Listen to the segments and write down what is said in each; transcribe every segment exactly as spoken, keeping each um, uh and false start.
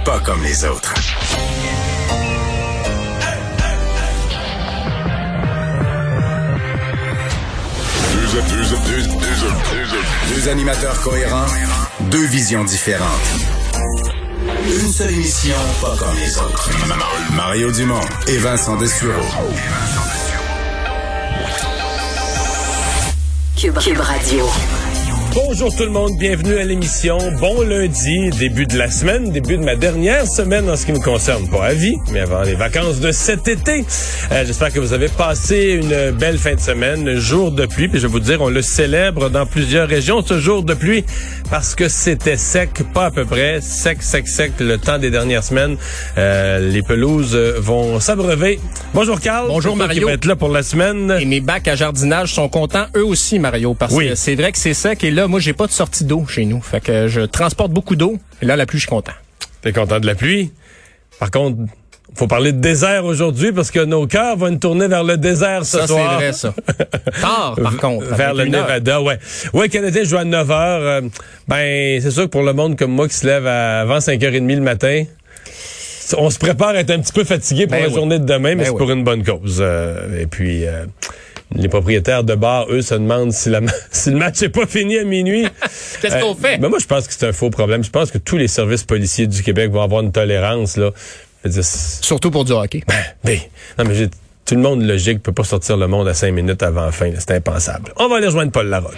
pas comme les autres. Deux, deux, deux, deux, deux, deux animateurs cohérents, deux visions différentes. Une seule émission, pas comme les autres. Mario Dumont et Vincent Dessureau. Cube, Cube Radio. Bonjour tout le monde, bienvenue à l'émission. Bon lundi, début de la semaine, début de ma dernière semaine en ce qui me concerne, pas à vie, mais avant les vacances de cet été. Euh, j'espère que vous avez passé une belle fin de semaine, jour de pluie, puis je vais vous dire, on le célèbre dans plusieurs régions, ce jour de pluie, parce que c'était sec, pas à peu près, sec, sec, sec, le temps des dernières semaines. Euh, les pelouses vont s'abreuver. Bonjour Carl. Bonjour Mario. Qui va être là pour la semaine. Et mes bacs à jardinage sont contents, eux aussi, Mario, parce oui. que c'est vrai que c'est sec, et là, moi, j'ai pas de sortie d'eau chez nous. Fait que je transporte beaucoup d'eau. Et là, la pluie, je suis content. T'es content de la pluie? Par contre, faut parler de désert aujourd'hui parce que nos cœurs vont nous tourner vers le désert ce ça, soir. Ça, c'est vrai, ça. Tard, par contre. Vers le Nevada, ouais. Ouais, le Canadien joue à neuf heures. Euh, ben, c'est sûr que pour le monde comme moi qui se lève à avant cinq heures trente le matin, on se prépare à être un petit peu fatigué pour ben la oui. journée de demain, mais ben c'est oui. pour une bonne cause. Euh, et puis... Euh, les propriétaires de bars, eux, se demandent si, la, si le match n'est pas fini à minuit. Qu'est-ce euh, qu'on fait? Ben moi, je pense que c'est un faux problème. Je pense que tous les services policiers du Québec vont avoir une tolérance, là. Je veux dire, surtout pour du hockey. Ben, ben non, mais j'ai, tout le monde logique peut pas sortir le monde à cinq minutes avant la fin. Là, c'est impensable. On va aller rejoindre Paul Larocque.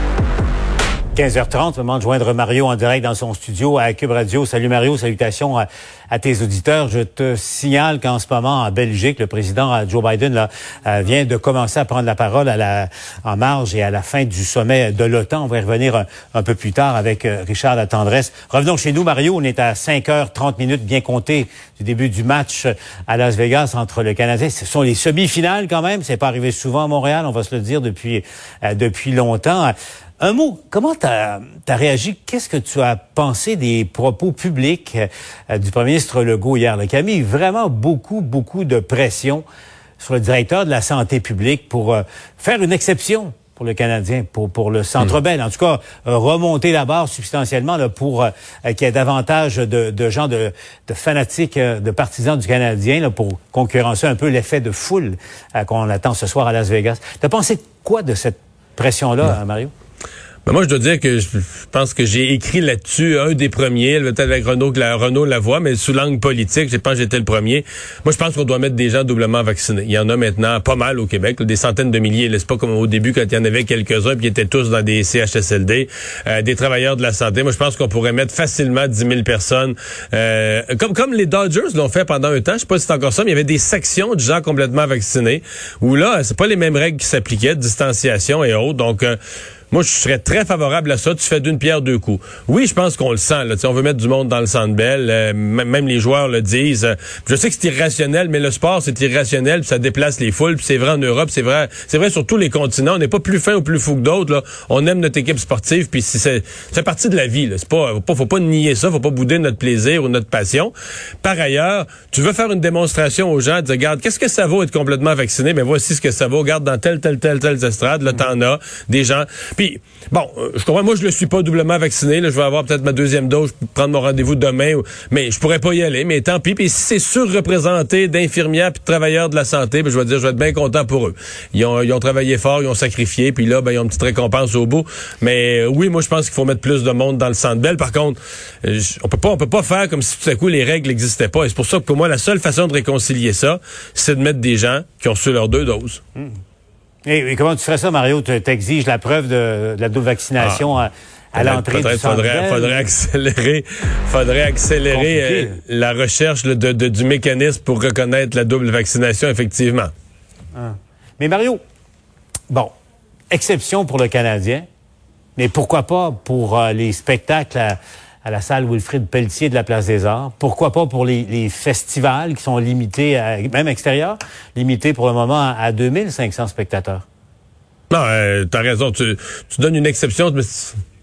quinze heures trente, moment de joindre Mario en direct dans son studio à Cube Radio. Salut Mario, salutations à, à tes auditeurs. Je te signale qu'en ce moment, en Belgique, le président Joe Biden là, vient de commencer à prendre la parole à la, en marge et à la fin du sommet de l'OTAN. On va y revenir un, un peu plus tard avec Richard Latendresse. Revenons chez nous, Mario. On est à cinq heures trente minutes bien comptées du début du match à Las Vegas entre le Canadien. Ce sont les semi-finales quand même. C'est pas arrivé souvent à Montréal, on va se le dire depuis, euh, depuis longtemps. Un mot, comment t'as as réagi? Qu'est-ce que tu as pensé des propos publics euh, du premier ministre Legault hier, là, qui a mis vraiment beaucoup, beaucoup de pression sur le directeur de la santé publique pour euh, faire une exception pour le Canadien, pour pour le Centre Bell. En tout cas, euh, remonter la barre substantiellement là, pour euh, qu'il y ait davantage de, de gens, de, de fanatiques, euh, de partisans du Canadien là, pour concurrencer un peu l'effet de foule euh, qu'on attend ce soir à Las Vegas. T'as pensé quoi de cette pression-là, hein, Mario? Ben moi, je dois dire que je pense que j'ai écrit là-dessus un des premiers, peut-être avec Renaud, Renaud Lavoie, mais sous l'angle politique, je pense que j'étais le premier. Moi, je pense qu'on doit mettre des gens doublement vaccinés. Il y en a maintenant pas mal au Québec, là, des centaines de milliers. C'est pas comme au début quand il y en avait quelques-uns puis ils étaient tous dans des C H S L D, euh, des travailleurs de la santé. Moi, je pense qu'on pourrait mettre facilement dix mille personnes. Euh, comme comme les Dodgers l'ont fait pendant un temps, je sais pas si c'est encore ça, mais il y avait des sections de gens complètement vaccinés où là, c'est pas les mêmes règles qui s'appliquaient, de distanciation et autres. Donc, euh, moi, je serais très favorable à ça. Tu fais d'une pierre deux coups. Oui, je pense qu'on le sent. Là. On veut mettre du monde dans le Centre Bell. Euh, même les joueurs le disent. Euh, je sais que c'est irrationnel, mais le sport, c'est irrationnel. Puis ça déplace les foules. Puis c'est vrai en Europe. C'est vrai c'est vrai sur tous les continents. On n'est pas plus fin ou plus fou que d'autres. Là. On aime notre équipe sportive. Puis c'est, c'est, ça fait partie de la vie. Là. C'est pas, faut pas, faut pas nier ça. Faut pas bouder notre plaisir ou notre passion. Par ailleurs, tu veux faire une démonstration aux gens. Dire, regarde, qu'est-ce que ça vaut être complètement vacciné? Mais voici ce que ça vaut. Regarde dans telle, telle, telle, telle estrade. Là, t'en as des gens. Puis Puis, bon, je comprends, moi, je le suis pas doublement vacciné. Là, je vais avoir peut-être ma deuxième dose, je peux prendre mon rendez-vous demain, mais je pourrais pas y aller. Mais tant pis. Puis si c'est surreprésenté d'infirmières puis de travailleurs de la santé, ben, je vais dire, je vais être bien content pour eux. Ils ont, ils ont travaillé fort, ils ont sacrifié, puis là, ben, ils ont une petite récompense au bout. Mais euh, oui, moi, je pense qu'il faut mettre plus de monde dans le Centre Bell. Par contre, euh, on peut pas, on peut pas faire comme si tout à coup les règles n'existaient pas. Et c'est pour ça que pour moi, la seule façon de réconcilier ça, c'est de mettre des gens qui ont reçu leurs deux doses. Mmh. Et, et comment tu ferais ça, Mario? Tu exiges la preuve de, de la double vaccination ah, à, à l'entrée du Centre faudrait, Bell? faudrait accélérer, faudrait accélérer euh, la recherche là, de, de, du mécanisme pour reconnaître la double vaccination, effectivement. Ah. Mais Mario, bon, exception pour le Canadien, mais pourquoi pas pour euh, les spectacles à, à la salle Wilfrid Pelletier de la Place des Arts? Pourquoi pas pour les, les festivals qui sont limités, à, même extérieurs, limités pour le moment à, à deux mille cinq cents spectateurs? Non, euh, t'as raison. Tu, tu donnes une exception, mais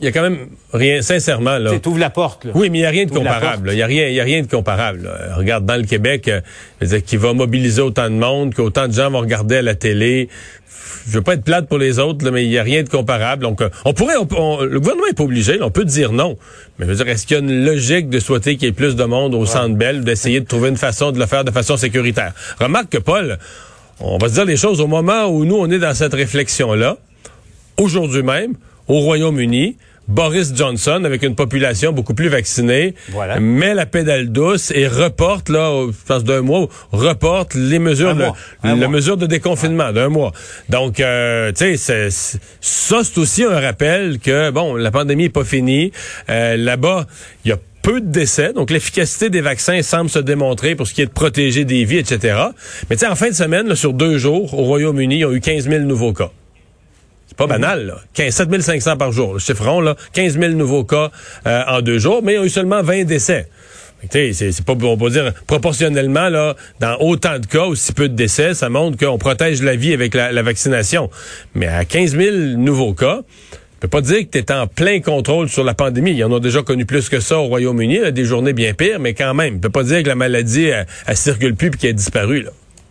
il y a quand même rien, sincèrement, là. Tu ouvres la porte, là. Oui, mais il n'y a rien de comparable, là. Il y a rien, il y a rien de comparable, là. Regarde, dans le Québec, euh, je veux dire, qui va mobiliser autant de monde, qu'autant de gens vont regarder à la télé. Je veux pas être plate pour les autres, là, mais il n'y a rien de comparable. Donc, euh, on pourrait, on, on, le gouvernement n'est pas obligé, là, on peut dire non. Mais je veux dire, est-ce qu'il y a une logique de souhaiter qu'il y ait plus de monde au ouais. Centre Bell, d'essayer de trouver une façon de le faire de façon sécuritaire? Remarque que, Paul, on va se dire les choses au moment où nous, on est dans cette réflexion-là. Aujourd'hui même, au Royaume-Uni, Boris Johnson, avec une population beaucoup plus vaccinée, voilà. met la pédale douce et reporte, là, je pense d'un mois, reporte les mesures, de, la mesure de déconfinement ouais. d'un mois. Donc, euh, tu sais, ça, c'est aussi un rappel que, bon, la pandémie n'est pas finie. Euh, là-bas, il y a peu de décès, donc l'efficacité des vaccins semble se démontrer pour ce qui est de protéger des vies, et cetera. Mais tu sais, en fin de semaine, là, sur deux jours, au Royaume-Uni, ils ont eu quinze mille nouveaux cas. C'est pas banal, là. quinze, sept mille cinq cents par jour. Le chiffre rond, là, quinze mille nouveaux cas euh, en deux jours, mais il y a eu seulement vingt décès. C'est, c'est pas, on peut dire, proportionnellement, là, dans autant de cas, aussi peu de décès, ça montre qu'on protège la vie avec la, la vaccination. Mais à quinze mille nouveaux cas, on peut pas dire que tu es en plein contrôle sur la pandémie. Il y en a déjà connu plus que ça au Royaume-Uni, là, des journées bien pires, mais quand même, on peut pas dire que la maladie, elle, elle circule plus et qu'elle a disparu, là.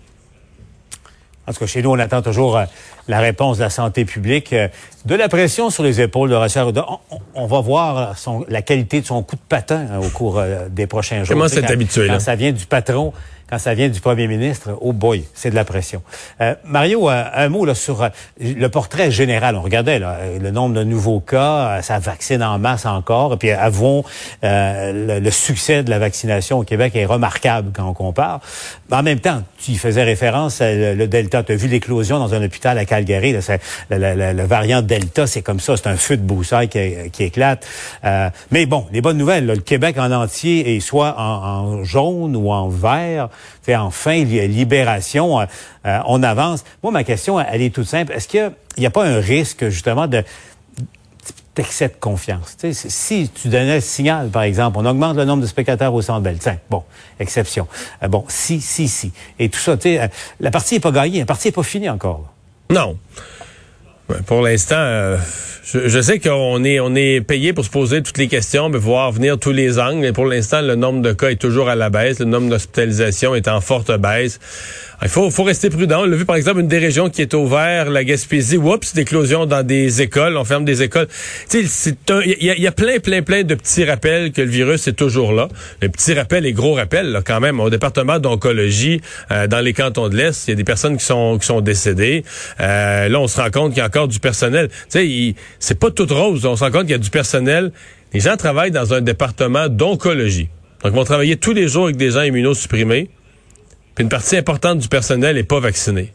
En tout cas, chez nous, on attend toujours euh, la réponse de la santé publique. Euh, de la pression sur les épaules de Horacio Arruda. On, on va voir son, la qualité de son coup de patin hein, au cours euh, des prochains jours. Comment c'est habitué, là? Quand ça vient du patron, quand ça vient du premier ministre, oh boy, c'est de la pression. Euh, Mario, euh, un mot là sur euh, le portrait général. On regardait là, le nombre de nouveaux cas, euh, ça vaccine en masse encore. Et puis avouons, euh, le, le succès de la vaccination au Québec est remarquable quand on compare. Mais en même temps, tu y faisais référence, le, le Delta. Tu as vu l'éclosion dans un hôpital à Calgary. Là, c'est, le, le, le variant Delta, c'est comme ça. C'est un feu de broussailles qui, qui éclate. Euh, mais bon, les bonnes nouvelles, là, le Québec en entier est soit en, en jaune ou en vert. C'est enfin libération. Euh, on avance. Moi, ma question, elle est toute simple. Est-ce qu'il n'y a, a pas un risque, justement, de d'excès de confiance? Tu sais, si tu donnais le signal, par exemple, on augmente le nombre de spectateurs au Centre Bell. Tiens, bon, exception. Euh, bon, si, si, si. Et tout ça, tu sais, euh, la partie n'est pas gagnée. La partie n'est pas finie encore. Non. Pour l'instant, euh, je, je sais qu'on est on est payé pour se poser toutes les questions, mais voir venir tous les angles. Mais pour l'instant, le nombre de cas est toujours à la baisse. Le nombre d'hospitalisations est en forte baisse. Il faut, faut rester prudent. On l'a vu, par exemple, une des régions qui est ouverte, la Gaspésie. Oups, d'éclosion dans des écoles. On ferme des écoles. Tu sais, c'est un, il y a, y a plein, plein, plein de petits rappels que le virus est toujours là. Les petits rappels et gros rappels, là, quand même. Au département d'oncologie, euh, dans les cantons de l'Est, il y a des personnes qui sont, qui sont décédées. Euh, là, on se rend compte qu'il y a encore du personnel. Tu sais, il, c'est pas tout rose. On se rend compte qu'il y a du personnel. Les gens travaillent dans un département d'oncologie. Donc, ils vont travailler tous les jours avec des gens immunosupprimés. Puis une partie importante du personnel n'est pas vaccinée.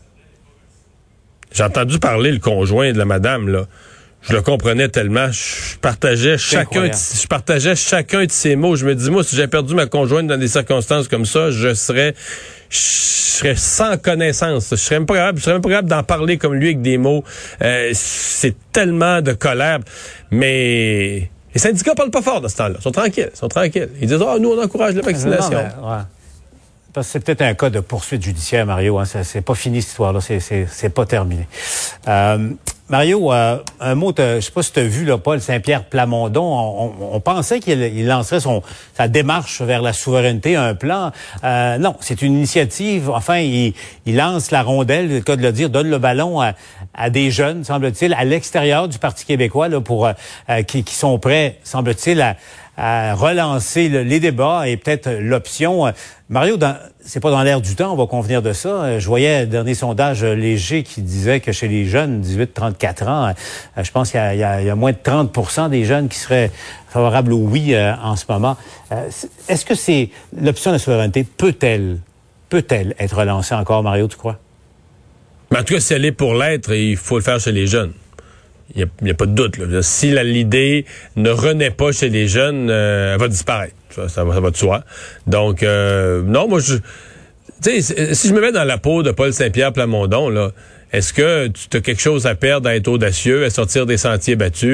J'ai entendu parler le conjoint de la madame, là. Je le comprenais tellement. Je partageais chacun, de, je partageais chacun de ses mots. Je me dis, moi, si j'ai perdu ma conjointe dans des circonstances comme ça, je serais, je serais sans connaissance. Je serais même pas capable, je serais même pas capable d'en parler comme lui avec des mots. Euh, c'est tellement de colère. Mais les syndicats parlent pas fort de ce temps-là. Ils sont tranquilles, ils sont tranquilles. Ils disent, ah, oh, nous, on encourage la vaccination. Non, mais, ouais. Parce que c'est peut-être un cas de poursuite judiciaire, Mario. Hein. C'est, c'est pas fini, cette histoire-là. C'est, c'est, c'est pas terminé. Euh, Mario, euh, un mot, je sais pas si tu as vu, là, Paul Saint-Pierre Plamondon. On, on, on pensait qu'il il lancerait son, sa démarche vers la souveraineté, un plan. Euh, non, c'est une initiative. Enfin, il, il lance la rondelle, le cas de le dire, donne le ballon à, à des jeunes, semble-t-il, à l'extérieur du Parti québécois, là, pour euh, qui, qui sont prêts, semble-t-il, à à relancer le, les débats et peut-être l'option. Mario, dans, c'est pas dans l'air du temps, on va convenir de ça. Je voyais un dernier sondage léger qui disait que chez les jeunes, dix-huit à trente-quatre ans, je pense qu'il y a, il y a, il y a moins de trente pour cent des jeunes qui seraient favorables au oui euh, en ce moment. Euh, est-ce que c'est l'option de la souveraineté, peut-elle, peut-elle être relancée encore, Mario, tu crois? Mais en tout cas, si elle est pour l'être, il faut le faire chez les jeunes. Il n'y a, a pas de doute. Là. Si la, l'idée ne renaît pas chez les jeunes, euh, elle va disparaître. Ça, ça, va, ça va de soi. Donc, euh, non, moi, je... Tu sais, si je me mets dans la peau de Paul Saint-Pierre Plamondon, là, est-ce que tu as quelque chose à perdre à être audacieux, à sortir des sentiers battus?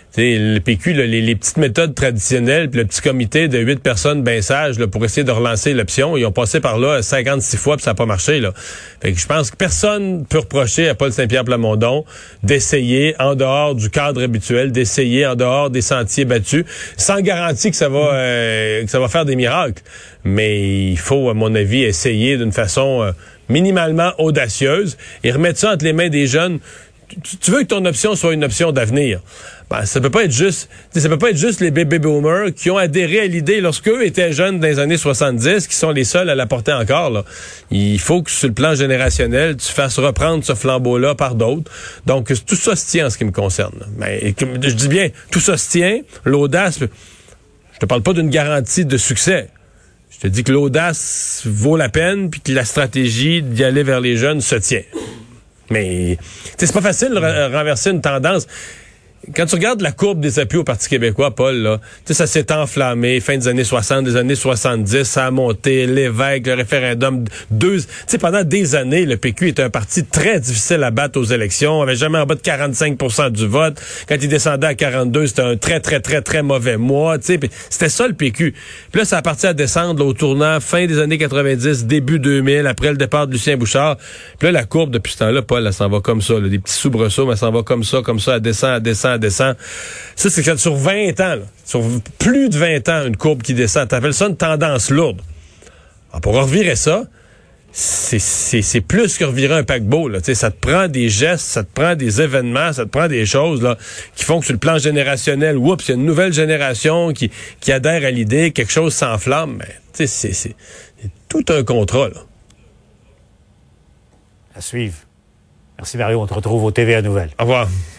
T'sais, le P Q, là, les, les petites méthodes traditionnelles, puis le petit comité de huit personnes bien sages là, pour essayer de relancer l'option, ils ont passé par là cinquante-six fois, puis ça n'a pas marché. Là. Fait que je pense que personne peut reprocher à Paul Saint-Pierre Plamondon d'essayer en dehors du cadre habituel, d'essayer en dehors des sentiers battus, sans garantie que ça va euh, que ça va faire des miracles. Mais il faut, à mon avis, essayer d'une façon euh, minimalement audacieuse et remettre ça entre les mains des jeunes. Tu, tu veux que ton option soit une option d'avenir. Ben, ça peut pas être juste, ça peut pas être juste les baby boomers qui ont adhéré à l'idée lorsqu'eux étaient jeunes dans les années soixante-dix, qui sont les seuls à la porter encore, là. Il faut que sur le plan générationnel, tu fasses reprendre ce flambeau-là par d'autres. Donc, tout ça se tient en ce qui me concerne. Mais, je dis bien, tout ça se tient. L'audace, je te parle pas d'une garantie de succès. Je te dis que l'audace vaut la peine puis que la stratégie d'y aller vers les jeunes se tient. Mais, c'est pas facile de ra- renverser une tendance. Quand tu regardes la courbe des appuis au Parti québécois, Paul, là, ça s'est enflammé, fin des années soixante, des années soixante-dix, ça a monté, l'évêque, le référendum, deux, tu sais, pendant des années, le P Q était un parti très difficile à battre aux élections, on avait jamais en bas de quarante-cinq pour cent du vote. Quand il descendait à quarante-deux, c'était un très, très, très, très mauvais mois, tu sais, c'était ça le P Q. Puis là, ça a parti à descendre, là, au tournant, fin des années quatre-vingt-dix, début deux mille, après le départ de Lucien Bouchard. Puis là, la courbe, depuis ce temps-là, Paul, elle s'en va comme ça, là, des petits soubresauts, mais elle s'en va comme ça, comme ça, elle descend, elle descend, elle descend. Ça, c'est sur vingt ans, là, sur plus de vingt ans, une courbe qui descend. T'appelles ça une tendance lourde. Alors, pour revirer ça, c'est, c'est, c'est plus que revirer un paquebot. Là. Ça te prend des gestes, ça te prend des événements, ça te prend des choses là, qui font que sur le plan générationnel, oups, il y a une nouvelle génération qui, qui adhère à l'idée, quelque chose s'enflamme. Mais c'est, c'est, c'est tout un contrat. Là. À suivre. Merci Mario, on te retrouve au T V A Nouvelles. Au revoir.